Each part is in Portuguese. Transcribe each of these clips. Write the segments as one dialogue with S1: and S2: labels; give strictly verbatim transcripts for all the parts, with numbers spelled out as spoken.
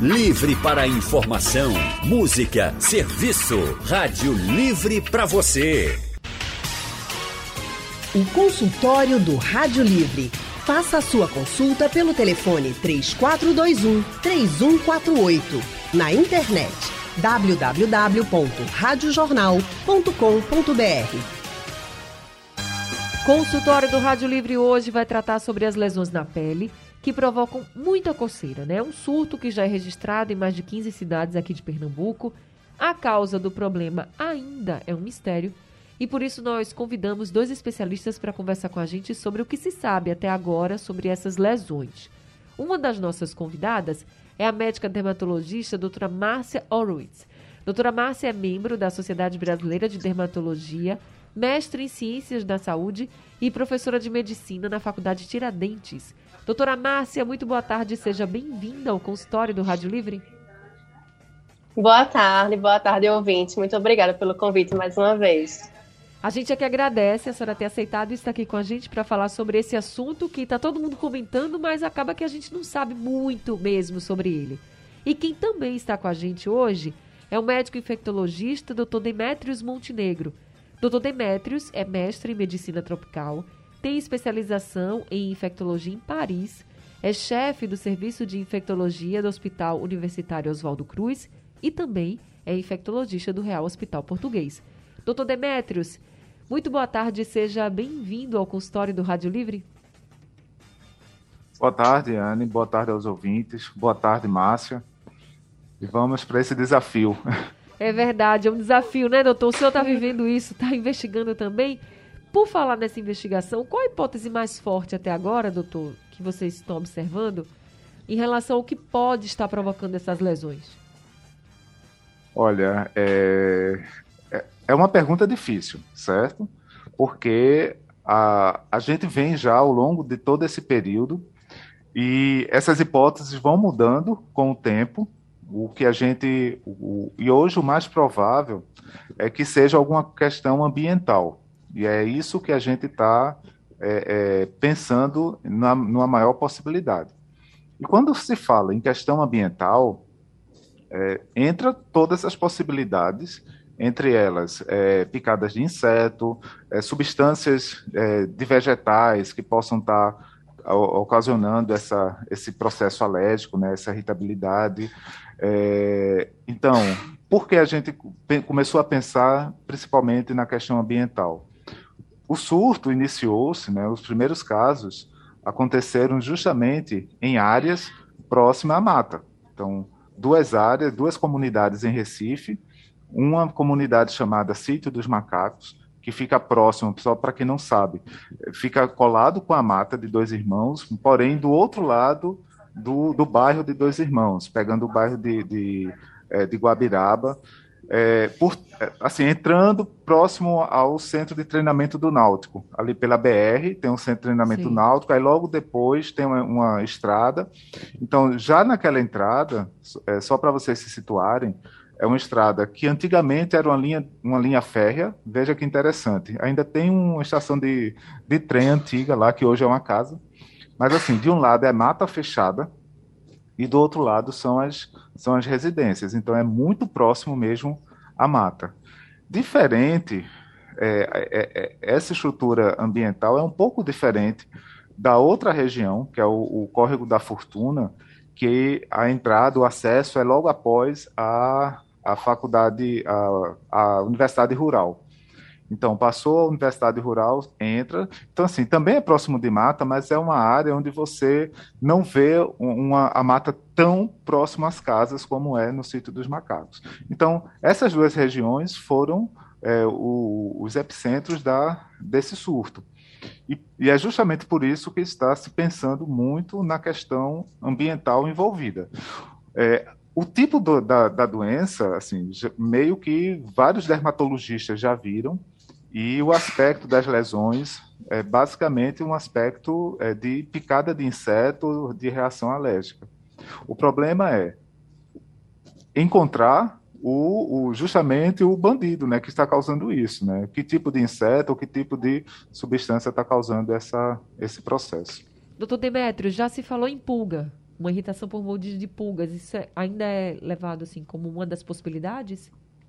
S1: Livre para informação, música, serviço. Rádio Livre para você.
S2: O consultório do Rádio Livre. Faça a sua consulta pelo telefone três quatro dois um, três um quatro oito. Na internet w w w ponto rádio jornal ponto com ponto b r.
S3: Consultório do Rádio Livre hoje vai tratar sobre as lesões na pele que provocam muita coceira, né? Um surto que já é registrado em mais de quinze cidades aqui de Pernambuco. A causa do problema ainda é um mistério. E por isso nós convidamos dois especialistas para conversar com a gente sobre o que se sabe até agora sobre essas lesões. Uma das nossas convidadas é a médica dermatologista doutora Márcia Horowitz. Doutora Márcia é membro da Sociedade Brasileira de Dermatologia, mestre em Ciências da Saúde e professora de Medicina na Faculdade Tiradentes. Doutora Márcia, muito boa tarde, seja bem-vinda ao consultório do Rádio Livre.
S4: Boa tarde, boa tarde, ouvintes. Muito obrigada pelo convite mais uma vez.
S3: A gente é que agradece a senhora ter aceitado estar aqui com a gente para falar sobre esse assunto que está todo mundo comentando, mas acaba que a gente não sabe muito mesmo sobre ele. E quem também está com a gente hoje é o médico infectologista doutor Demétrios Montenegro. doutor Demétrios é mestre em Medicina Tropical, tem especialização em infectologia em Paris, é chefe do Serviço de Infectologia do Hospital Universitário Oswaldo Cruz e também é infectologista do Real Hospital Português. doutor Demétrios, muito boa tarde, seja bem-vindo ao consultório do Rádio Livre.
S5: Boa tarde, Anne, boa tarde aos ouvintes, boa tarde, Márcia, e vamos para esse desafio.
S3: É verdade, é um desafio, né, doutor? O senhor está vivendo isso, está investigando também. Por falar nessa investigação, qual a hipótese mais forte até agora, doutor, que vocês estão observando, em relação ao que pode estar provocando essas lesões?
S5: Olha, é... É uma pergunta difícil, certo? Porque a, a gente vem já ao longo de todo esse período e essas hipóteses vão mudando com o tempo. O que a gente... O, e hoje o mais provável é que seja alguma questão ambiental. E é isso que a gente está é, é, pensando na, numa maior possibilidade. E quando se fala em questão ambiental, é, entra todas as possibilidades. Entre elas, é, picadas de inseto, é, substâncias é, de vegetais que possam estar tá, ocasionando essa, esse processo alérgico, né, essa irritabilidade. É, então, por que a gente começou a pensar principalmente na questão ambiental? O surto iniciou-se, né, os primeiros casos aconteceram justamente em áreas próximas à mata. Então, duas áreas, duas comunidades em Recife, uma comunidade chamada Sítio dos Macacos, que fica próximo, só para quem não sabe, fica colado com a mata de Dois Irmãos, porém do outro lado do, do bairro de Dois Irmãos, pegando o bairro de, de, de Guabiraba, é, por, assim, entrando próximo ao centro de treinamento do Náutico, ali pela B R, tem um centro de treinamento Sim. náutico, aí logo depois tem uma, uma estrada. Então, já naquela entrada, é, só para vocês se situarem, é uma estrada que antigamente era uma linha, uma linha férrea, veja que interessante. Ainda tem uma estação de, de trem antiga lá, que hoje é uma casa. Mas assim, de um lado é mata fechada e do outro lado são as, são as residências. Então é muito próximo mesmo à mata. Diferente, é, é, é, essa estrutura ambiental é um pouco diferente da outra região, que é o, o Córrego da Fortuna, que a entrada, o acesso é logo após a a faculdade, a, a Universidade Rural. Então, passou a Universidade Rural, entra. Então, assim, também é próximo de mata, mas é uma área onde você não vê uma, a mata tão próxima às casas como é no Sítio dos Macacos. Então, essas duas regiões foram é, o, os epicentros da, desse surto. E, e é justamente por isso que está se pensando muito na questão ambiental envolvida. É, O tipo do, da, da doença, assim, meio que vários dermatologistas já viram, e o aspecto das lesões é basicamente um aspecto é, de picada de inseto, de reação alérgica. O problema é encontrar o, o, justamente o bandido, né, que está causando isso, né? Que tipo de inseto ou que tipo de substância está causando essa, esse processo.
S3: doutor Demétrios, já se falou em pulga, uma irritação por molde de pulgas, isso é, ainda é levado assim como uma das possibilidades?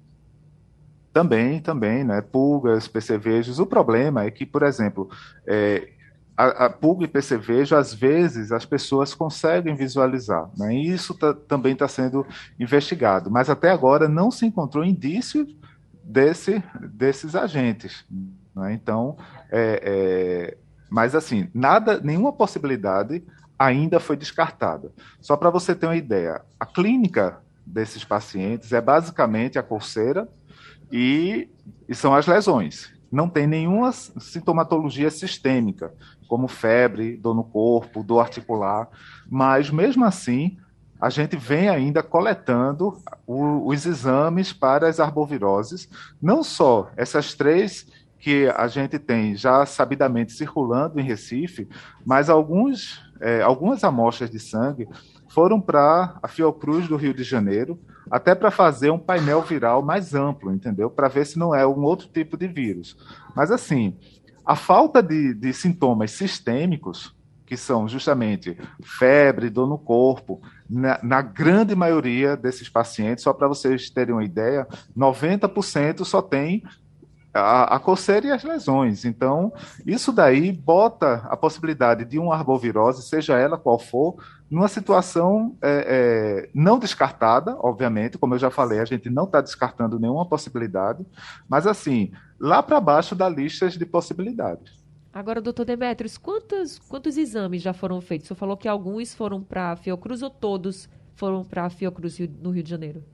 S5: Também, também, né? Pulgas, percevejos. O problema é que, por exemplo, é, a, a pulga e percevejo, às vezes, as pessoas conseguem visualizar, né? E isso tá, também está sendo investigado, mas até agora não se encontrou indício desse, desses agentes, né? Então, é, é, mas assim, nada, nenhuma possibilidade ainda foi descartada. Só para você ter uma ideia, a clínica desses pacientes é basicamente a coceira e, e são as lesões. Não tem nenhuma sintomatologia sistêmica, como febre, dor no corpo, dor articular, mas mesmo assim a gente vem ainda coletando o, os exames para as arboviroses, não só essas três que a gente tem já sabidamente circulando em Recife, mas alguns, é, algumas amostras de sangue foram para a Fiocruz do Rio de Janeiro, até para fazer um painel viral mais amplo, entendeu? Para ver se não é um outro tipo de vírus. Mas, assim, a falta de, de sintomas sistêmicos, que são justamente febre, dor no corpo, na, na grande maioria desses pacientes, só para vocês terem uma ideia, noventa por cento só tem a, a coceira e as lesões. Então, isso daí bota a possibilidade de uma arbovirose, seja ela qual for, numa situação é, é, não descartada, obviamente, como eu já falei, a gente não está descartando nenhuma possibilidade, mas assim, lá para baixo da lista de possibilidades.
S3: Agora, doutor Demetrios, quantos, quantos exames já foram feitos? O senhor falou que alguns foram para a Fiocruz ou todos foram para a Fiocruz no Rio de Janeiro?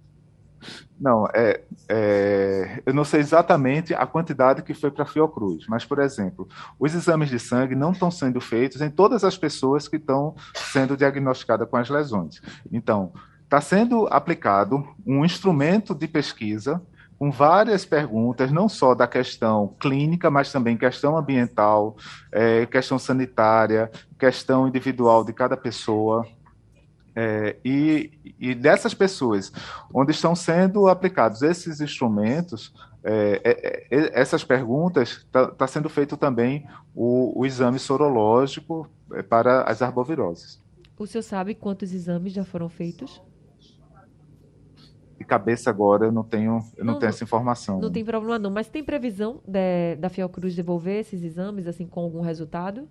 S5: Não, é, é, eu não sei exatamente a quantidade que foi para a Fiocruz, mas, por exemplo, os exames de sangue não estão sendo feitos em todas as pessoas que estão sendo diagnosticadas com as lesões. Então, está sendo aplicado um instrumento de pesquisa com várias perguntas, não só da questão clínica, mas também questão ambiental, é, questão sanitária, questão individual de cada pessoa. É, e, e dessas pessoas, onde estão sendo aplicados esses instrumentos, é, é, é, essas perguntas, está tá sendo feito também o, o exame sorológico para as arboviroses.
S3: O senhor sabe quantos exames já foram feitos?
S5: De cabeça agora eu não tenho, eu não
S3: não,
S5: tenho essa informação.
S3: Não tem problema não, mas tem previsão de, da Fiocruz devolver esses exames assim com algum resultado?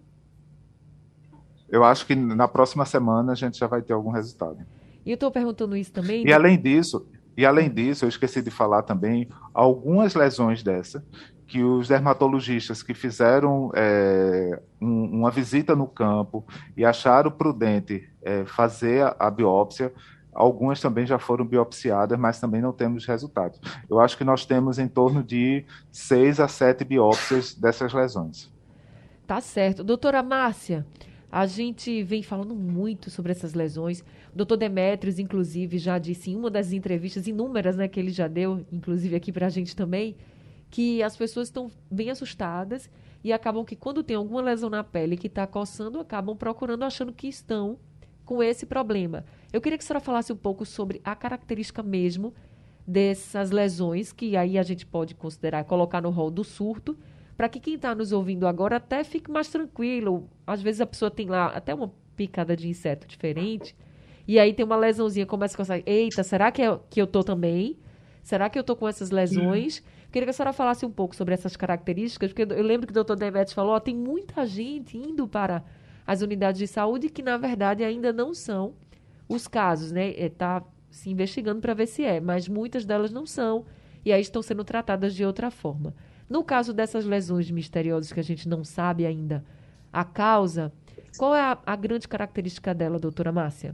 S5: Eu acho que na próxima semana a gente já vai ter algum resultado.
S3: E eu estou perguntando isso também...
S5: E do... além disso, e além disso, eu esqueci de falar também, algumas lesões dessa, que os dermatologistas que fizeram é, um, uma visita no campo e acharam prudente é, fazer a, a biópsia, algumas também já foram biopsiadas, mas também não temos resultados. Eu acho que nós temos em torno de seis a sete biópsias dessas lesões.
S3: Tá certo. Doutora Márcia... A gente vem falando muito sobre essas lesões. O doutor Demetrios, inclusive, já disse em uma das entrevistas inúmeras, né, que ele já deu, inclusive aqui para a gente também, que as pessoas estão bem assustadas e acabam que quando tem alguma lesão na pele que está coçando, acabam procurando, achando que estão com esse problema. Eu queria que a senhora falasse um pouco sobre a característica mesmo dessas lesões, que aí a gente pode considerar, colocar no rol do surto, para que quem está nos ouvindo agora até fique mais tranquilo. Às vezes a pessoa tem lá até uma picada de inseto diferente, e aí tem uma lesãozinha, começa a coçar. Eita, será que, é, que eu estou também? Será que eu estou com essas lesões? Sim. Queria que a senhora falasse um pouco sobre essas características, porque eu lembro que o doutor Demetrios falou, ó, tem muita gente indo para as unidades de saúde que, na verdade, ainda não são os casos, né? Está se investigando para ver se é, mas muitas delas não são, e aí estão sendo tratadas de outra forma. No caso dessas lesões misteriosas que a gente não sabe ainda a causa, qual é a, a grande característica dela, doutora Márcia?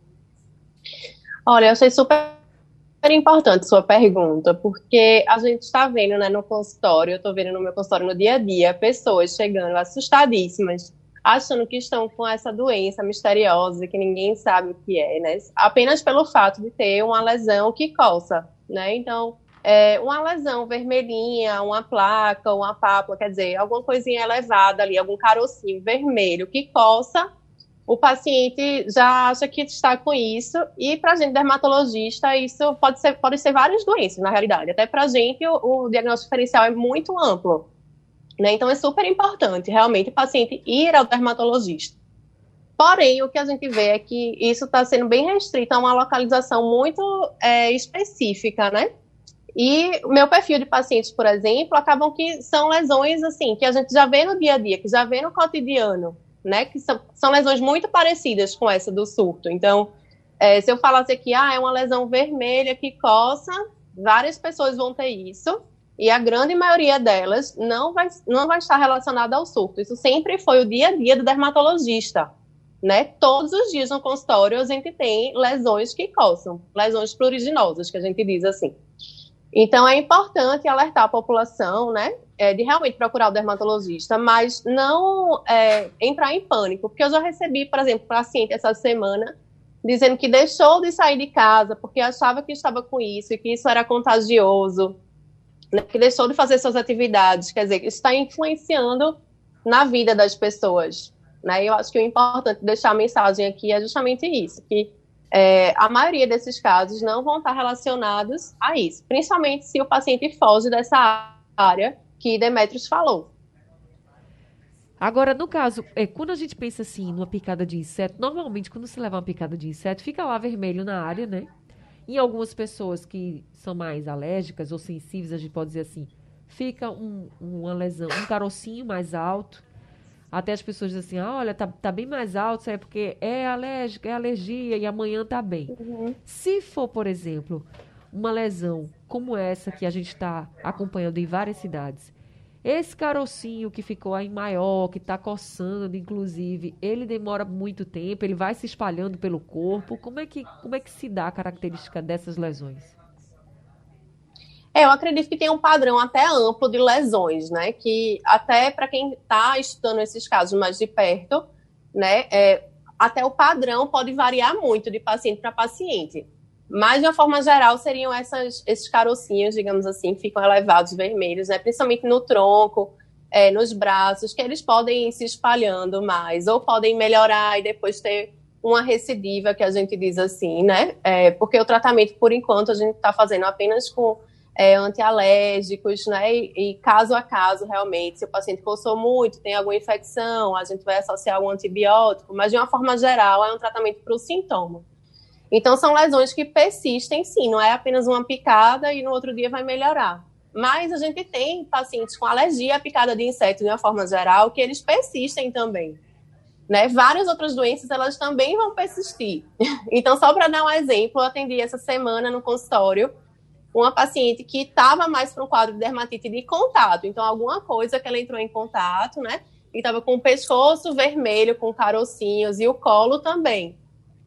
S4: Olha, eu achei super importante sua pergunta, porque a gente está vendo, né, no consultório, eu estou vendo no meu consultório no dia a dia, pessoas chegando assustadíssimas, achando que estão com essa doença misteriosa, que ninguém sabe o que é, né? Apenas pelo fato de ter uma lesão que coça, né? Então, é, uma lesão vermelhinha, uma placa, uma pápula, quer dizer, alguma coisinha elevada ali, algum carocinho vermelho que coça, o paciente já acha que está com isso, e para a gente dermatologista, isso pode ser, pode ser várias doenças, na realidade. Até para a gente, o, o diagnóstico diferencial é muito amplo, né? Então, é super importante, realmente, o paciente ir ao dermatologista. Porém, o que a gente vê é que isso está sendo bem restrito a uma localização muito é, específica, né? E o meu perfil de pacientes, por exemplo, acabam que são lesões, assim, que a gente já vê no dia a dia, que já vê no cotidiano, né? Que são, são lesões muito parecidas com essa do surto. Então, é, se eu falasse aqui, ah, é uma lesão vermelha que coça, várias pessoas vão ter isso, e a grande maioria delas não vai, não vai estar relacionada ao surto. Isso sempre foi o dia a dia do dermatologista, né? Todos os dias no consultório a gente tem lesões que coçam, lesões pruriginosas, que a gente diz assim. Então, é importante alertar a população, né, é, de realmente procurar o dermatologista, mas não é, entrar em pânico, porque eu já recebi, por exemplo, paciente essa semana dizendo que deixou de sair de casa porque achava que estava com isso e que isso era contagioso, né, que deixou de fazer suas atividades, quer dizer, isso está influenciando na vida das pessoas, né? Eu acho que o importante deixar a mensagem aqui é justamente isso, que É, a maioria desses casos não vão estar relacionados a isso, principalmente se o paciente foge dessa área que Demetrios falou.
S3: Agora, no caso, é, quando a gente pensa assim, numa picada de inseto, normalmente quando se leva uma picada de inseto, fica lá vermelho na área, né? Em algumas pessoas que são mais alérgicas ou sensíveis, a gente pode dizer assim, fica um, uma lesão, um carocinho mais alto. Até as pessoas dizem assim, ah, olha, tá, tá bem mais alto, isso é porque é alérgica, é alergia e amanhã tá bem. Uhum. Se for, por exemplo, uma lesão como essa que a gente está acompanhando em várias cidades, esse carocinho que ficou aí maior, que está coçando, inclusive, ele demora muito tempo, ele vai se espalhando pelo corpo. Como é que, como é que se dá a característica dessas lesões?
S4: É, eu acredito que tem um padrão até amplo de lesões, né? Que até para quem está estudando esses casos mais de perto, né? É, até o padrão pode variar muito de paciente para paciente. Mas, de uma forma geral, seriam essas, esses carocinhos, digamos assim, que ficam elevados, vermelhos, né? Principalmente no tronco, é, nos braços, que eles podem ir se espalhando mais, ou podem melhorar e depois ter uma recidiva, que a gente diz assim, né? É, porque o tratamento, por enquanto, a gente está fazendo apenas com É, antialérgicos, né, e, e caso a caso, realmente, se o paciente coçou muito, tem alguma infecção, a gente vai associar um antibiótico, mas de uma forma geral é um tratamento para o sintoma. Então, são lesões que persistem, sim, não é apenas uma picada e no outro dia vai melhorar. Mas a gente tem pacientes com alergia à picada de inseto, de uma forma geral, que eles persistem também. Né? Várias outras doenças, elas também vão persistir. Então, só para dar um exemplo, eu atendi essa semana no consultório uma paciente que estava mais para um quadro de dermatite de contato. Então, alguma coisa que ela entrou em contato, né? E estava com o pescoço vermelho, com carocinhos, e o colo também.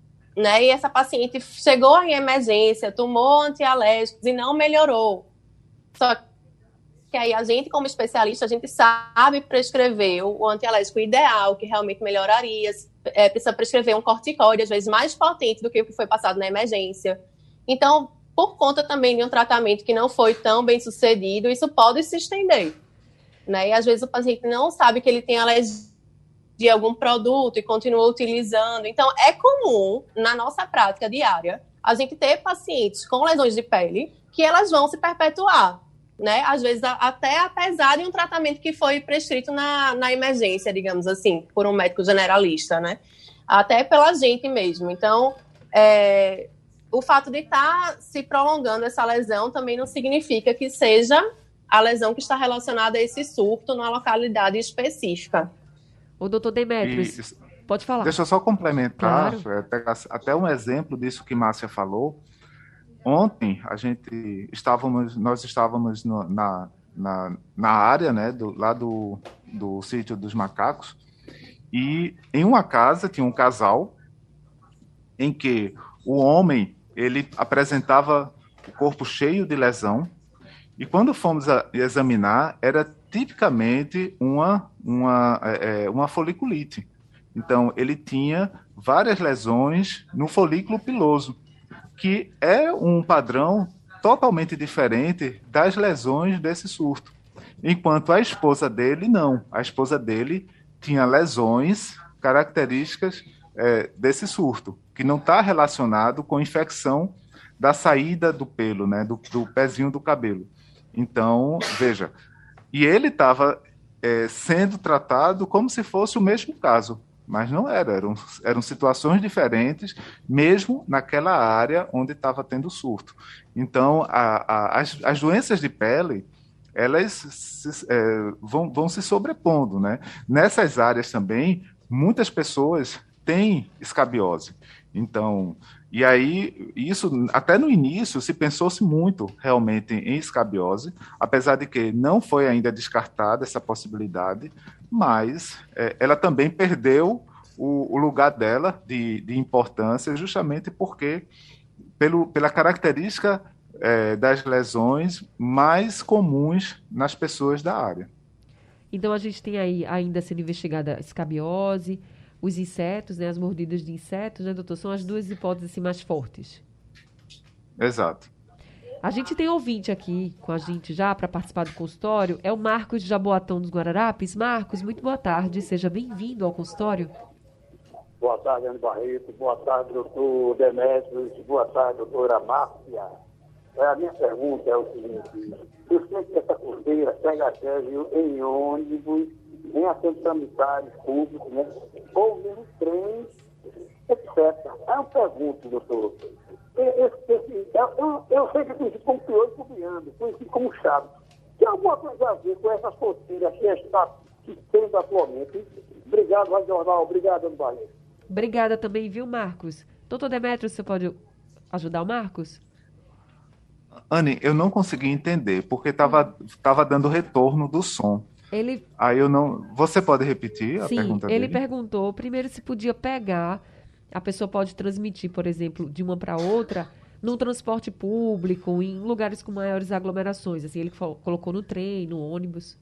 S4: Né? E essa paciente chegou em emergência, tomou antialérgicos e não melhorou. Só que aí a gente, como especialista, a gente sabe prescrever o antialérgico ideal, que realmente melhoraria. É, precisa prescrever um corticoide, às vezes mais potente do que o que foi passado na emergência. Então, por conta também de um tratamento que não foi tão bem sucedido, isso pode se estender, né? E às vezes o paciente não sabe que ele tem alergia a algum produto e continua utilizando. Então, é comum, na nossa prática diária, a gente ter pacientes com lesões de pele que elas vão se perpetuar, né? Às vezes, até apesar de um tratamento que foi prescrito na, na emergência, digamos assim, por um médico generalista, né? Até pela gente mesmo. Então, é... o fato de estar se prolongando essa lesão também não significa que seja a lesão que está relacionada a esse surto numa localidade específica.
S3: O doutor Demetrios, e, pode falar.
S5: Deixa eu só complementar,
S3: claro.
S5: até, até um exemplo disso que Márcia falou. Ontem, a gente estávamos, nós estávamos no, na, na, na área, né, do, lá do, do sítio dos macacos, e em uma casa tinha um casal em que o homem ele apresentava o corpo cheio de lesão, e quando fomos a examinar, era tipicamente uma, uma, é, uma foliculite. Então, ele tinha várias lesões no folículo piloso, que é um padrão totalmente diferente das lesões desse surto. Enquanto a esposa dele, não. A esposa dele tinha lesões características é, desse surto, que não está relacionado com infecção da saída do pelo, né, do, do pezinho do cabelo. Então, veja, e ele estava é, sendo tratado como se fosse o mesmo caso. mas não era, eram, eram situações diferentes, mesmo naquela área onde estava tendo surto. Então, a, a, as, as doenças de pele, elas se, é, vão, vão se sobrepondo, né? Nessas áreas também, muitas pessoas têm escabiose. Então, e aí, isso, até no início, se pensou-se muito realmente em escabiose, apesar de que não foi ainda descartada essa possibilidade, mas é, ela também perdeu o, o lugar dela de, de importância, justamente porque, pelo, pela característica é, das lesões mais comuns nas pessoas da área.
S3: Então, a gente tem aí ainda sendo investigada a escabiose, os insetos, né, as mordidas de insetos, né, doutor? São as duas hipóteses assim, mais fortes.
S5: Exato.
S3: A gente tem ouvinte aqui com a gente já para participar do consultório. É o Marcos de Jaboatão dos Guararapes. Marcos, muito boa tarde. Seja bem-vindo ao consultório.
S6: Boa tarde, Ana Barreto. Boa tarde, doutor Demetrios. Boa tarde, doutora Márcia. A minha pergunta é o seguinte. Eu sei que essa coceira pega sério em ônibus, em assentos sanitários públicos, né? Ou mesmo trens, etcétera. Aí eu pergunto, doutor, esse, esse, eu, eu, eu sei que conheci como piolho pubiano, conheci como chato. Tem alguma coisa a ver com essas coceiras que está tendo atualmente? Obrigado, Rádio Jornal. Obrigado, Ana Barreto.
S3: Obrigada também, viu, Marcos? Doutor Demetrios, você pode ajudar o Marcos?
S5: Anne, eu não consegui entender, porque estava tava dando retorno do som.
S3: Ele...
S5: Aí eu não... Você pode repetir a
S3: Sim,
S5: pergunta
S3: ele
S5: dele?
S3: perguntou, primeiro, se podia pegar, a pessoa pode transmitir, por exemplo, de uma para outra, num transporte público, em lugares com maiores aglomerações. Assim, ele colocou no trem, no ônibus.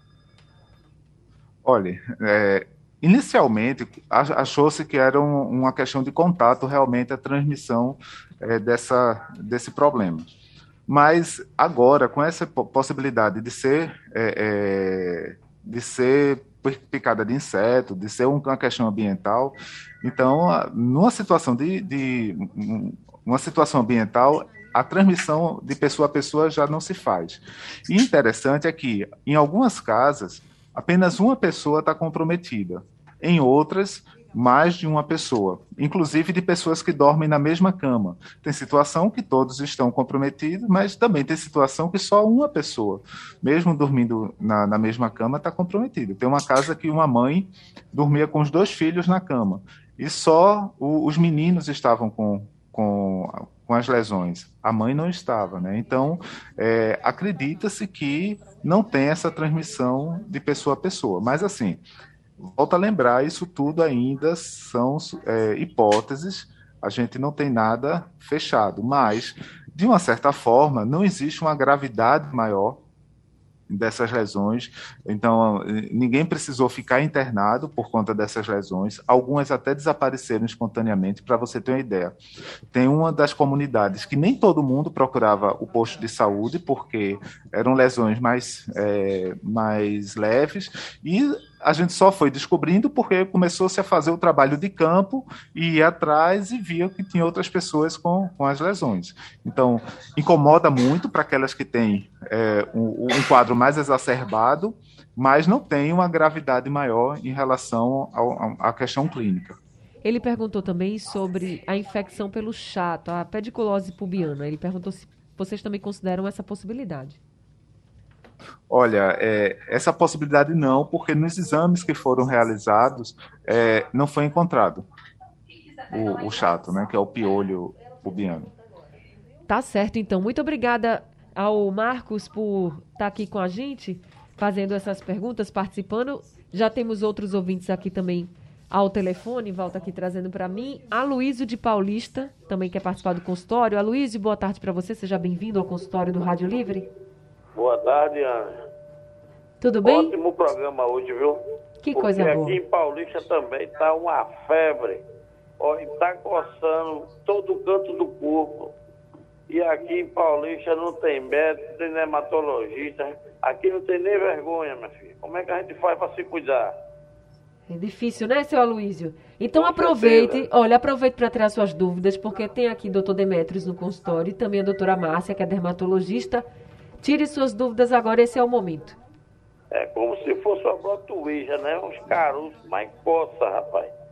S5: Olha, é, inicialmente achou-se que era um, uma questão de contato, realmente, a transmissão é, dessa, desse problema. Mas agora, com essa possibilidade de ser, é, é, de ser picada de inseto, de ser uma questão ambiental, então, numa situação de, de uma situação ambiental, a transmissão de pessoa a pessoa já não se faz. E interessante é que, em algumas casas, apenas uma pessoa está comprometida. Em outras, mais de uma pessoa, inclusive de pessoas que dormem na mesma cama. Tem situação que todos estão comprometidos, mas também tem situação que só uma pessoa, mesmo dormindo na, na mesma cama, está comprometida. Tem uma casa que uma mãe dormia com os dois filhos na cama, e só o, os meninos estavam com, com, com as lesões. A mãe não estava, né? Então, é, acredita-se que não tem essa transmissão de pessoa a pessoa. Mas, assim, volto a lembrar, isso tudo ainda são é, hipóteses, a gente não tem nada fechado, mas, de uma certa forma, não existe uma gravidade maior dessas lesões, então ninguém precisou ficar internado por conta dessas lesões, algumas até desapareceram espontaneamente. Para você ter uma ideia, tem uma das comunidades que nem todo mundo procurava o posto de saúde porque eram lesões mais, é, mais leves, e a gente só foi descobrindo porque começou-se a fazer o trabalho de campo e ia atrás e via que tinha outras pessoas com, com as lesões. Então, incomoda muito para aquelas que têm é, um, um quadro mais exacerbado, mas não tem uma gravidade maior em relação ao, à questão clínica.
S3: Ele perguntou também sobre a infecção pelo chato, a pediculose pubiana. Ele perguntou se vocês também consideram essa possibilidade.
S5: Olha, é, essa possibilidade não, porque nos exames que foram realizados é, não foi encontrado o, o chato, né, que é o piolho pubiano.
S3: Tá certo, então. Muito obrigada ao Marcos por estar aqui com a gente, fazendo essas perguntas, participando. Já temos outros ouvintes aqui também ao telefone, volta aqui trazendo para mim. Aloysio de Paulista também quer participar do consultório. Aloysio, boa tarde para você, seja bem-vindo ao consultório do Rádio Livre.
S6: Boa tarde, Ana.
S3: Tudo bem?
S6: Ótimo programa hoje, viu?
S3: Que
S6: Porque
S3: coisa boa.
S6: aqui em Paulista também tá uma febre. Ó, e tá coçando todo o canto do corpo. E aqui em Paulista não tem médico, não tem dermatologista. Aqui não tem nem vergonha, minha filha. Como é que a gente faz para se cuidar?
S3: É difícil, né, seu Aloysio? Então
S6: Com
S3: aproveite,
S6: certeza.
S3: olha, aproveite para tirar suas dúvidas, porque tem aqui o doutor Demetrios no consultório e também a doutora Márcia, que é dermatologista. Tire suas dúvidas agora, esse é o momento.
S6: É como se fosse uma brotuíja, né? Uns caroços, mas coça, rapaz.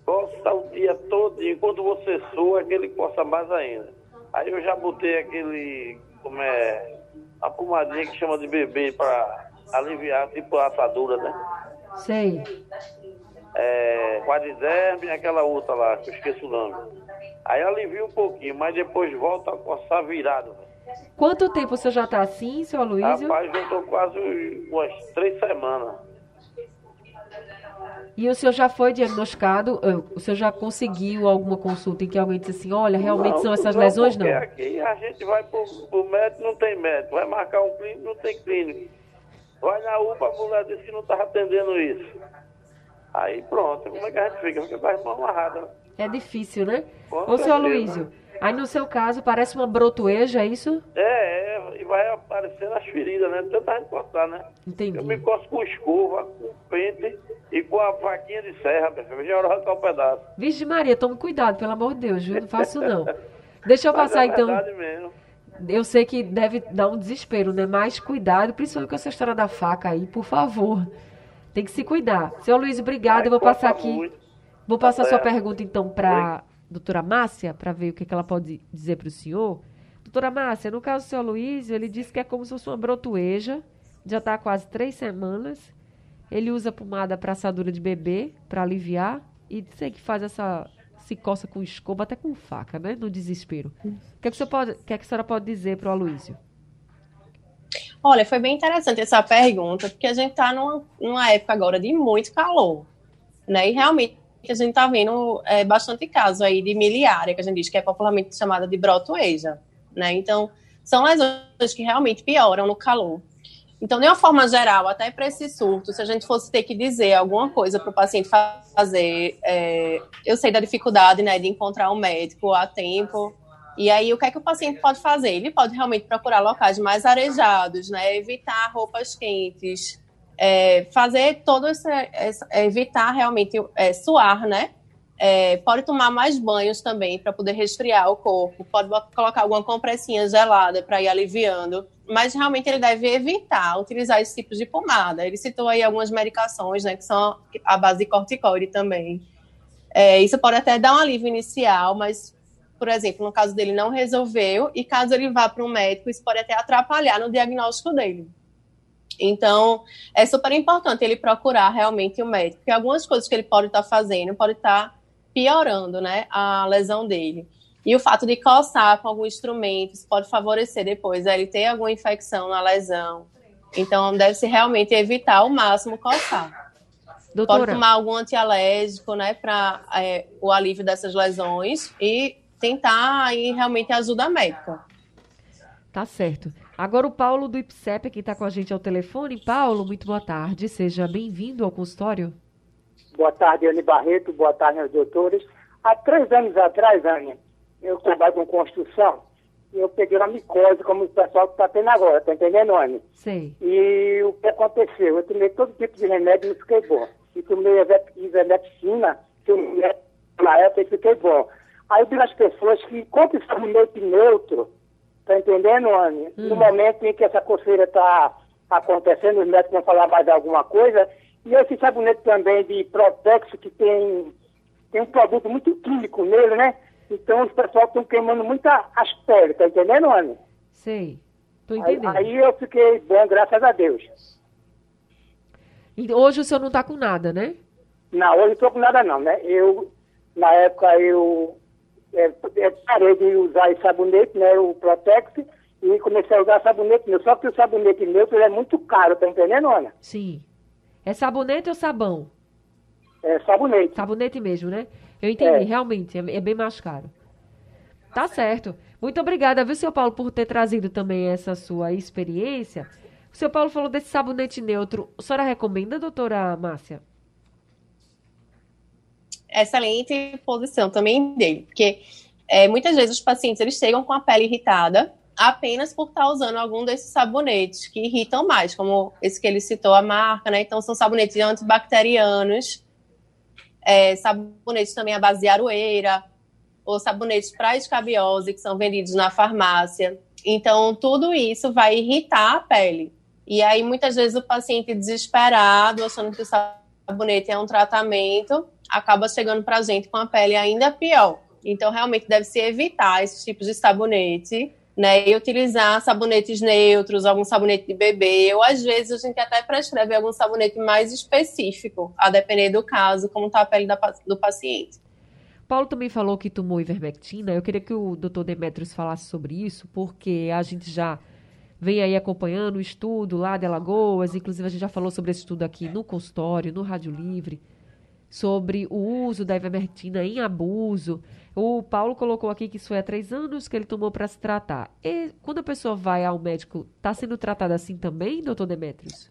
S7: coça o dia todo, e quando você sua, aquele coça mais ainda. Aí eu já botei aquele, como é, a pomadinha que chama de bebê para aliviar, tipo a assadura, né?
S3: Sei.
S7: É, quadriderme e aquela outra lá, que eu esqueço o nome. Aí alivia um pouquinho, mas depois volta a coçar virado.
S3: Quanto tempo você já tá assim, seu Aloysio?
S7: Rapaz, eu tô quase umas três semanas.
S3: E o senhor já foi diagnosticado? O senhor já conseguiu alguma consulta em que alguém disse assim, olha, realmente
S7: não,
S3: são essas
S7: não,
S3: lesões? Não.
S7: Aqui a gente vai pro, pro médico, não tem médico. Vai marcar um clínico, não tem clínico. Vai na U P A, a mulher disse que não estava atendendo isso. Aí pronto, como é que a gente fica? Fica com as mãos amarradas.
S3: É difícil, né?
S7: Com
S3: Ô, seu
S7: certeza.
S3: Aloysio, aí no seu caso parece uma brotoeja, é isso?
S7: É, é, e vai aparecendo as feridas, né? Tanta gente cortar, né?
S3: Entendi.
S7: Eu me coço com escova, com pente e com a faquinha de serra, meu filho. Já arrancar um pedaço.
S3: Vixe Maria, tome cuidado, pelo amor de Deus, viu? Não faço não. Deixa eu
S7: Mas
S3: passar
S7: é
S3: então.
S7: verdade mesmo.
S3: Eu sei que deve dar um desespero, né? Mas cuidado, principalmente com essa história da faca aí, por favor. Tem que se cuidar. Seu Luiz, obrigada.
S7: Vai,
S3: Eu vou passar
S7: corta
S3: aqui.
S7: muito.
S3: Vou passar
S7: Tá
S3: sua
S7: certo.
S3: pergunta então para a doutora Márcia, para ver o que, que ela pode dizer para o senhor. Doutora Márcia, no caso do seu Luiz, ele disse que é como se fosse uma brotoeja, já está há quase três semanas. Ele usa pomada para assadura de bebê, para aliviar, e sei que faz essa, se coça com escova, até com faca, né? No desespero. O que, é que, você pode, o que, é que a senhora pode dizer para o Aloysio?
S4: Olha, foi bem interessante essa pergunta, porque a gente está numa, numa época agora de muito calor, né? E realmente a gente está vendo é, bastante casos aí de miliária, que a gente diz que é popularmente chamada de brotoeja, né? Então, são lesões que realmente pioram no calor. Então, de uma forma geral, até para esse surto, se a gente fosse ter que dizer alguma coisa para o paciente fazer, é, eu sei da dificuldade, né, de encontrar um médico a tempo. E aí, o que é que o paciente pode fazer? Ele pode realmente procurar locais mais arejados, né? Evitar roupas quentes, é, fazer todo esse... esse evitar realmente é, suar, né? É, pode tomar mais banhos também para poder resfriar o corpo. Pode colocar alguma compressinha gelada para ir aliviando. Mas, realmente, ele deve evitar utilizar esse tipo de pomada. Ele citou aí algumas medicações, né? Que são a base de corticoide também. É, isso pode até dar um alívio inicial, mas... Por exemplo, no caso dele não resolveu, e caso ele vá para um médico, isso pode até atrapalhar no diagnóstico dele. Então, é super importante ele procurar realmente o médico, porque algumas coisas que ele pode estar fazendo pode estar piorando, né, a lesão dele. E o fato de coçar com algum instrumento, isso pode favorecer depois ele ter alguma infecção na lesão. Então, deve-se realmente evitar ao máximo coçar.
S3: Doutora.
S4: Pode tomar algum antialérgico, né, para é, o alívio dessas lesões e tentar aí realmente ajuda médica.
S3: Tá certo. Agora o Paulo do I P S E P, que está com a gente ao telefone. Paulo, muito boa tarde. Seja bem-vindo ao consultório.
S8: Boa tarde, Anne Barreto. Boa tarde, meus doutores. Há três anos atrás, Anne, eu trabalho com construção e eu peguei uma micose, como o pessoal está tendo agora, tá entendendo, Anne?
S3: Sei.
S8: E o que aconteceu? Eu tomei todo tipo de remédio e não fiquei bom. E tomei ivermectina, que eu, na época eu fiquei bom. Aí eu digo às pessoas que compre sabonete neutro, tá entendendo, Anne? Hum. No momento em que essa coceira está acontecendo, os médicos vão falar mais de alguma coisa, e esse sabonete também de Protex, que tem, tem um produto muito químico nele, né? Então os pessoal estão queimando muito as peles, tá entendendo, Anne?
S3: Sei, tô entendendo.
S8: Aí, aí eu fiquei bom, graças a Deus.
S3: E hoje o senhor não tá com nada, né?
S8: Não, hoje não tô com nada não, né? Eu, na época, eu... É, eu parei de usar esse sabonete, né, o Protex, e comecei a usar sabonete neutro. Só que o sabonete neutro é muito caro, tá entendendo, Ana?
S3: Sim. É sabonete ou sabão?
S8: É sabonete.
S3: Sabonete mesmo, né? Eu entendi,
S8: É.
S3: realmente, é, é bem mais caro. Tá certo. Muito obrigada, viu, seu Paulo, por ter trazido também essa sua experiência. O seu Paulo falou desse sabonete neutro. A senhora recomenda, doutora Márcia?
S4: Excelente posição também dele, porque é, muitas vezes os pacientes eles chegam com a pele irritada apenas por estar usando algum desses sabonetes que irritam mais, como esse que ele citou a marca, né? Então são sabonetes antibacterianos, é, sabonetes também à base de aroeira, ou sabonetes para escabiose que são vendidos na farmácia. Então tudo isso vai irritar a pele. E aí muitas vezes o paciente desesperado, achando que o sabonete é um tratamento, acaba chegando para a gente com a pele ainda pior. Então, realmente, deve-se evitar esses tipos de sabonete, né, e utilizar sabonetes neutros, algum sabonete de bebê, ou às vezes a gente até prescreve algum sabonete mais específico, a depender do caso, como está a pele da, do paciente.
S3: Paulo também falou que tomou ivermectina. Eu queria que o doutor Demetrios falasse sobre isso, porque a gente já vem aí acompanhando o estudo lá de Alagoas, inclusive a gente já falou sobre esse estudo aqui no consultório, no Rádio Livre, sobre o uso da ivermectina em abuso. O Paulo colocou aqui que isso foi há três anos que ele tomou para se tratar. E quando a pessoa vai ao médico, está sendo tratada assim também, doutor Demetrios?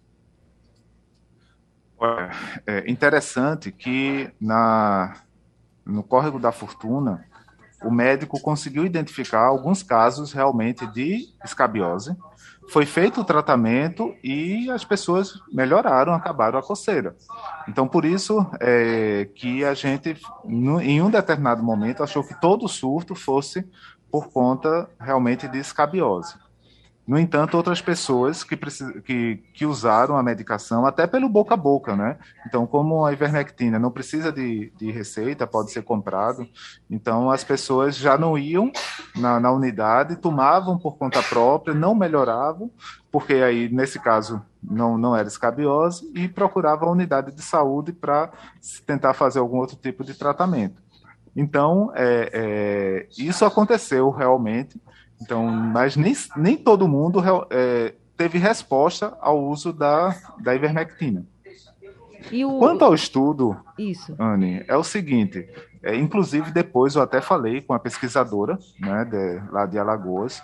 S5: É interessante que na, no Córrego da Fortuna, o médico conseguiu identificar alguns casos realmente de escabiose. Foi feito o tratamento e as pessoas melhoraram, acabaram a coceira. Então, por isso é, que a gente, no, em um determinado momento, achou que todo surto fosse por conta realmente de escabiose. No entanto, outras pessoas que, que, que usaram a medicação até pelo boca a boca, né? Então, como a ivermectina não precisa de, de receita, pode ser comprado, então as pessoas já não iam na, na unidade, tomavam por conta própria, não melhoravam, porque aí, nesse caso, não, não era escabiose, e procuravam a unidade de saúde para tentar fazer algum outro tipo de tratamento. Então, é, é, isso aconteceu realmente. Então, mas nem, nem todo mundo é, teve resposta ao uso da, da ivermectina. E o... Quanto ao estudo,
S3: Isso.
S5: Anne, é o seguinte, é, inclusive depois eu até falei com a pesquisadora, né, de, lá de Alagoas,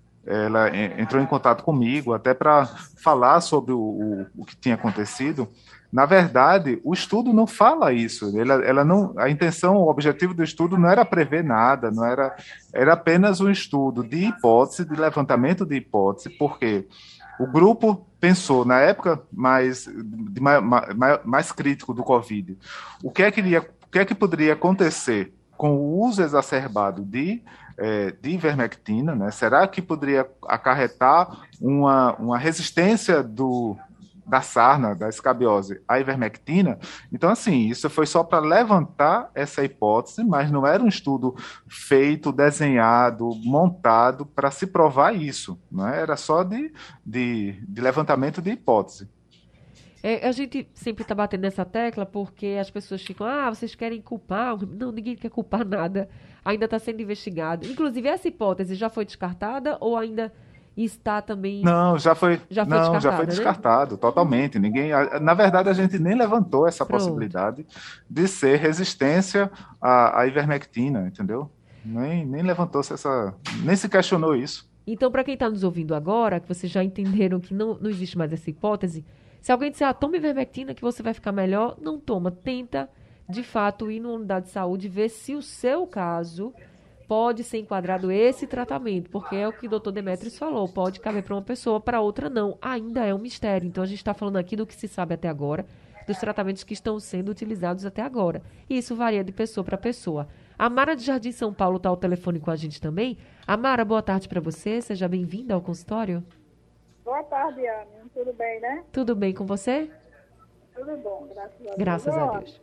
S5: ela entrou em contato comigo até para falar sobre o, o, o que tinha acontecido. Na verdade, o estudo não fala isso. Ela, ela não, a intenção, o objetivo do estudo não era prever nada, não era, era apenas um estudo de hipótese, de levantamento de hipótese, porque o grupo pensou, na época mais, de, mais, mais crítico do Covid, o que é que, iria, o que é que poderia acontecer com o uso exacerbado de, é, de ivermectina, né? Será que poderia acarretar uma, uma resistência do... da sarna, da escabiose, a ivermectina? Então, assim, isso foi só para levantar essa hipótese, mas não era um estudo feito, desenhado, montado para se provar isso, não é? Era só de, de, de levantamento de hipótese.
S3: É, a gente sempre está batendo nessa tecla porque as pessoas ficam, ah, vocês querem culpar? Não, ninguém quer culpar nada, ainda está sendo investigado. Inclusive, essa hipótese já foi descartada ou ainda... está também...
S5: Não, já foi,
S3: já foi
S5: não, já foi descartado, né? Totalmente. Ninguém, na verdade, a gente nem levantou essa Pronto. possibilidade de ser resistência à, à ivermectina, entendeu? Nem, nem levantou-se essa... nem se questionou isso.
S3: Então, para quem está nos ouvindo agora, que vocês já entenderam que não, não existe mais essa hipótese, se alguém disser, ah, toma ivermectina que você vai ficar melhor, não toma. Tenta, de fato, ir numa unidade de saúde e ver se o seu caso... pode ser enquadrado esse tratamento, porque é o que o doutor Demetrios falou, pode caber para uma pessoa, para outra não, ainda é um mistério. Então a gente está falando aqui do que se sabe até agora, dos tratamentos que estão sendo utilizados até agora, e isso varia de pessoa para pessoa. A Mara de Jardim São Paulo está ao telefone com a gente também. Amara, boa tarde para você, seja bem-vinda ao consultório.
S9: Boa tarde, Ana, tudo bem, né?
S3: Tudo bem com você?
S9: Tudo bom, graças a Deus.
S3: Graças a Deus.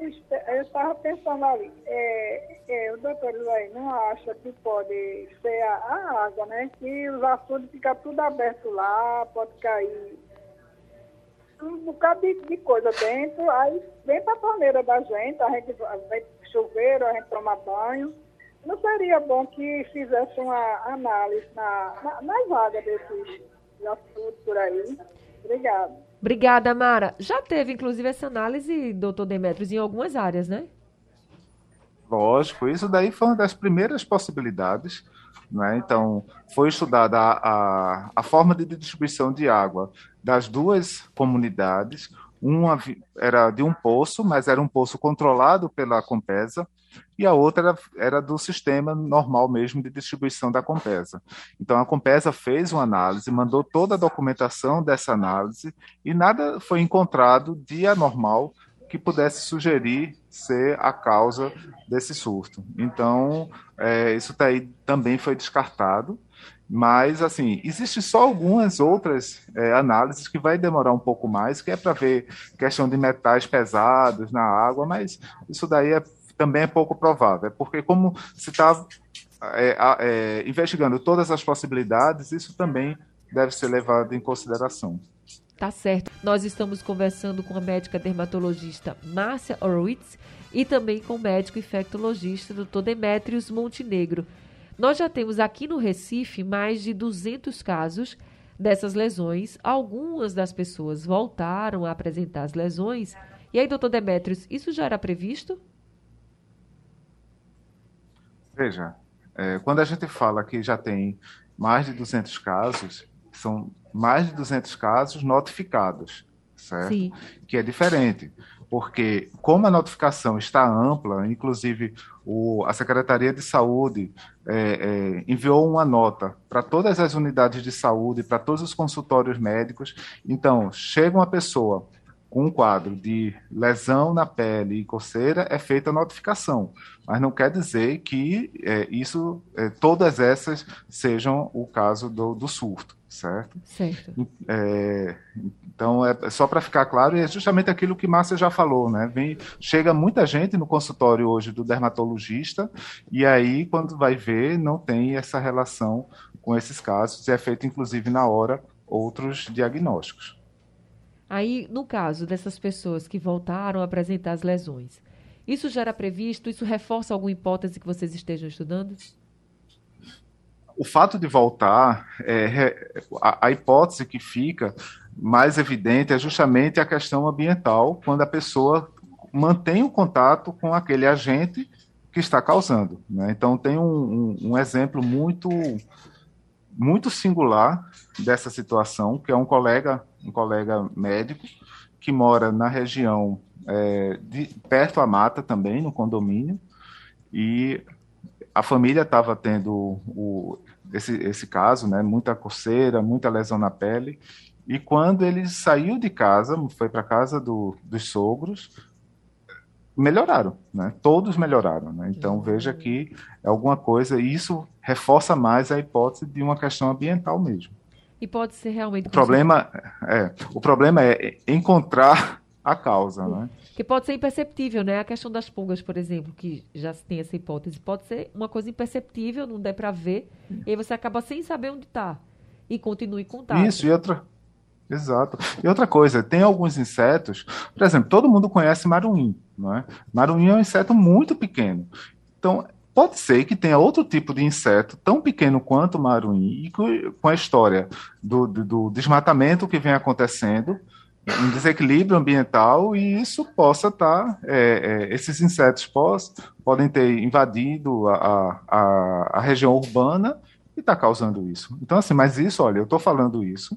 S9: Eu estava pensando ali, é, é, o doutor aí não acha que pode ser a, a água, né? Que os açudes ficam tudo aberto lá, pode cair um bocado de, de coisa dentro, aí vem para a torneira da gente, a gente vai pro chuveiro, a gente toma banho. Não seria bom que fizesse uma análise na, na, nas águas desses açudes por aí? Obrigada.
S3: Obrigada, Mara. Já teve, inclusive, essa análise, doutor Demetrios, em algumas áreas, né?
S5: Lógico, isso daí foi uma das primeiras possibilidades, né? Então, foi estudada a, a, a forma de distribuição de água das duas comunidades. Uma era de um poço, mas era um poço controlado pela Compesa, e a outra era, era do sistema normal mesmo de distribuição da Compesa. Então, a Compesa fez uma análise, mandou toda a documentação dessa análise, e nada foi encontrado de anormal que pudesse sugerir ser a causa desse surto. Então, é, isso daí também foi descartado, Mas, assim, existem só algumas outras é, análises que vai demorar um pouco mais, que é para ver questão de metais pesados na água, mas isso daí é, também é pouco provável, porque como se está é, é, investigando todas as possibilidades, isso também deve ser levado em consideração.
S3: Tá certo. Nós estamos conversando com a médica dermatologista Márcia Horowitz e também com o médico infectologista doutor Demétrios Montenegro. Nós já temos aqui no Recife mais de duzentos casos dessas lesões. Algumas das pessoas voltaram a apresentar as lesões. E aí, doutor Demétrios, isso já era previsto?
S5: Veja, é, quando a gente fala que já tem mais de duzentos casos, são mais de duzentos casos notificados, certo?
S3: Sim.
S5: Que é diferente, porque como a notificação está ampla, inclusive o, a Secretaria de Saúde é, é, enviou uma nota para todas as unidades de saúde, para todos os consultórios médicos. Então, chega uma pessoa com um quadro de lesão na pele e coceira, é feita a notificação, mas não quer dizer que é, isso, é, todas essas sejam o caso do, do surto, certo?
S3: Certo.
S5: É, então, é só para ficar claro, é justamente aquilo que Márcia já falou, né? Vem, chega muita gente no consultório hoje do dermatologista, e aí, quando vai ver, não tem essa relação com esses casos, e é feito, inclusive, na hora, outros diagnósticos.
S3: Aí, no caso dessas pessoas que voltaram a apresentar as lesões, isso já era previsto? Isso reforça alguma hipótese que vocês estejam estudando?
S5: O fato de voltar, é, a, a hipótese que fica mais evidente é justamente a questão ambiental, quando a pessoa mantém o contato com aquele agente que está causando, né? Então, tem um, um, um exemplo muito, muito singular dessa situação, que é um colega, um colega médico que mora na região é, de, perto à mata também, no condomínio, e a família estava tendo o, esse, esse caso, né, muita coceira, muita lesão na pele, e quando ele saiu de casa, foi para a casa do, dos sogros, melhoraram, né? Todos melhoraram, né? Então, uhum. Veja que é alguma coisa, e isso reforça mais a hipótese de uma questão ambiental mesmo.
S3: E pode ser realmente...
S5: O problema é, o problema é encontrar a causa, uhum. né?
S3: Que pode ser imperceptível, né? A questão das pulgas, por exemplo, que já se tem essa hipótese, pode ser uma coisa imperceptível, não der para ver, e aí você acaba sem saber onde está, e continua em contato.
S5: Isso, e outra... Exato. E outra coisa, tem alguns insetos, por exemplo, todo mundo conhece maruim, não é? Maruim é um inseto muito pequeno. Então, pode ser que tenha outro tipo de inseto tão pequeno quanto o maruim, e com a história do, do, do desmatamento que vem acontecendo, um desequilíbrio ambiental, e isso possa estar, é, é, esses insetos pos, podem ter invadido a, a, a região urbana e está causando isso. Então, assim, mas isso, olha, eu estou falando isso,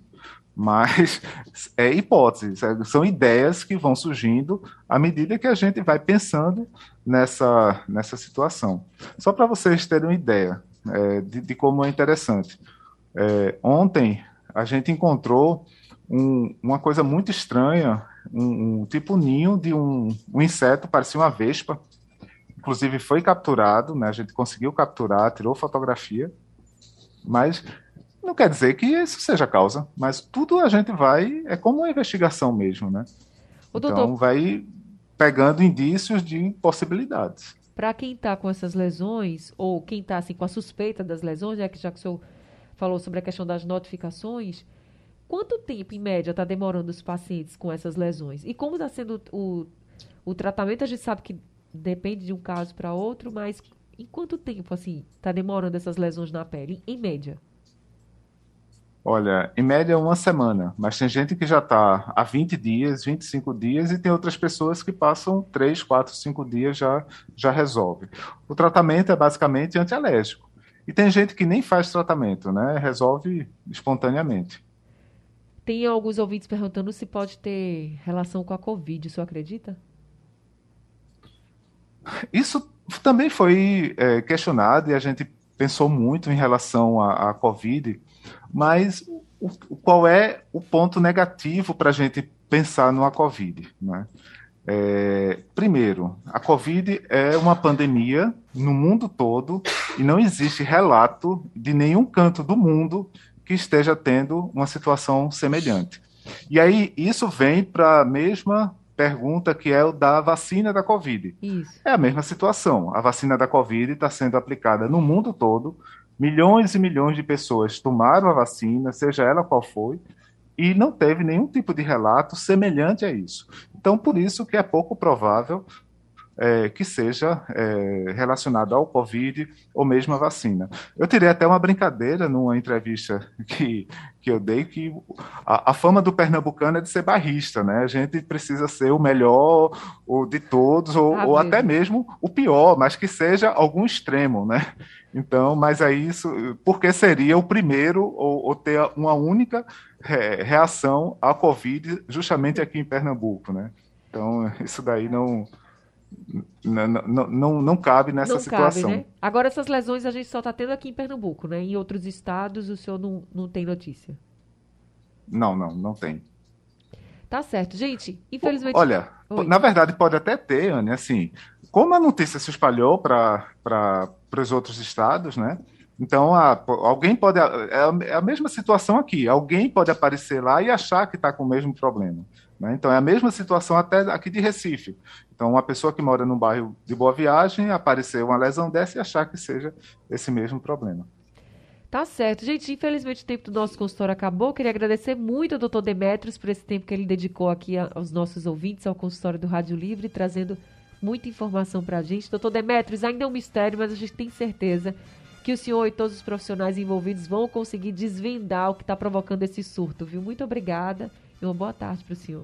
S5: mas é hipótese, são ideias que vão surgindo à medida que a gente vai pensando nessa, nessa situação. Só para vocês terem uma ideia é, de, de como é interessante. É, ontem a gente encontrou um, uma coisa muito estranha, um, um tipo ninho de um, um inseto, parecia uma vespa, inclusive foi capturado, né, a gente conseguiu capturar, tirou fotografia, mas... Não quer dizer que isso seja a causa, mas tudo a gente vai, é como uma investigação mesmo, né?
S3: O
S5: então
S3: doutor,
S5: vai pegando indícios de possibilidades.
S3: Para quem está com essas lesões, ou quem está assim, com a suspeita das lesões, já que, já que o senhor falou sobre a questão das notificações, quanto tempo, em média, está demorando os pacientes com essas lesões? E como está sendo o, o tratamento? A gente sabe que depende de um caso para outro, mas em quanto tempo assim está demorando essas lesões na pele, em média?
S5: Olha, em média uma semana, mas tem gente que já está há vinte dias, vinte e cinco dias, e tem outras pessoas que passam três, quatro, cinco dias já já resolve. O tratamento é basicamente antialérgico. E tem gente que nem faz tratamento, né? Resolve espontaneamente.
S3: Tem alguns ouvintes perguntando se pode ter relação com a Covid, o senhor acredita?
S5: Isso também foi é, questionado e a gente pensou muito em relação à, à Covid, mas o, qual é o ponto negativo para a gente pensar numa Covid, né? É, primeiro, a Covid é uma pandemia no mundo todo e não existe relato de nenhum canto do mundo que esteja tendo uma situação semelhante. E aí, isso vem para a mesma pergunta que é o da vacina da Covid.
S3: Isso.
S5: É a mesma situação. A vacina da Covid está sendo aplicada no mundo todo, milhões e milhões de pessoas tomaram a vacina, seja ela qual for, e não teve nenhum tipo de relato semelhante a isso. Então, por isso que é pouco provável é, que seja é, relacionado ao Covid ou mesmo a vacina. Eu tirei até uma brincadeira numa entrevista que, que eu dei, que a, a fama do pernambucano é de ser barrista, né? A gente precisa ser o melhor o de todos, ou,
S3: Ah,
S5: ou
S3: mesmo.
S5: até mesmo o pior, mas que seja algum extremo, né? Então, mas é isso, porque seria o primeiro ou, ou ter uma única é, reação à Covid justamente aqui em Pernambuco, né? Então, isso daí não, não, não, não, não cabe nessa
S3: Não
S5: situação.
S3: cabe, né? Agora, essas lesões a gente só está tendo aqui em Pernambuco, né? Em outros estados, o senhor não, não tem notícia.
S5: Não, não, não tem.
S3: Tá certo. Gente, infelizmente...
S5: Olha,
S3: Oi.
S5: na verdade pode até ter, Anne, assim, como a notícia se espalhou para os outros estados, né? Então, a, alguém pode... É a, é a mesma situação aqui. Alguém pode aparecer lá e achar que está com o mesmo problema, né? Então, é a mesma situação até aqui de Recife. Então, uma pessoa que mora no bairro de Boa Viagem, aparecer uma lesão dessa e achar que seja esse mesmo problema.
S3: Tá certo. Gente, infelizmente o tempo do nosso consultório acabou. Queria agradecer muito ao doutor Demetrios por esse tempo que ele dedicou aqui a- aos nossos ouvintes, ao consultório do Rádio Livre, trazendo muita informação pra gente. doutor Demetrios, ainda é um mistério, mas a gente tem certeza que o senhor e todos os profissionais envolvidos vão conseguir desvendar o que está provocando esse surto, viu? Muito obrigada e uma boa tarde para o senhor.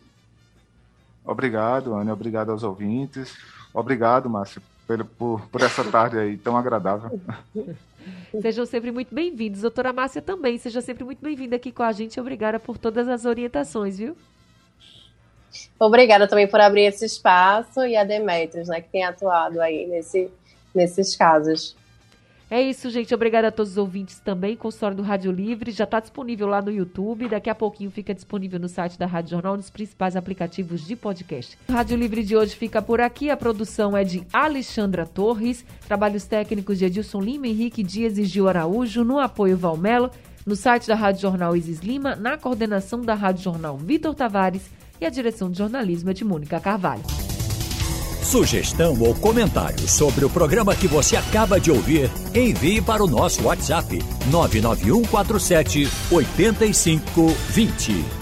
S5: Obrigado, Anne. Obrigado aos ouvintes. Obrigado, Márcio, por, por, por essa tarde aí tão agradável.
S3: Sejam sempre muito bem-vindos. Doutora Márcia também, seja sempre muito bem-vinda aqui com a gente e obrigada por todas as orientações, viu?
S4: Obrigada também por abrir esse espaço e a Demetrios, né, que tem atuado aí nesse, nesses casos.
S3: É isso, gente. Obrigada a todos os ouvintes também. Consultório do Rádio Livre já está disponível lá no YouTube. Daqui a pouquinho fica disponível no site da Rádio Jornal, nos principais aplicativos de podcast. O Rádio Livre de hoje fica por aqui. A produção é de Alexandra Torres. Trabalhos técnicos de Edilson Lima, Henrique Dias e Gil Araújo. No apoio Valmelo. No site da Rádio Jornal Isis Lima. Na coordenação da Rádio Jornal Vitor Tavares. E a direção de jornalismo é de Mônica Carvalho.
S1: Sugestão ou comentário sobre o programa que você acaba de ouvir, envie para o nosso WhatsApp nove nove um quatro sete oito cinco dois zero.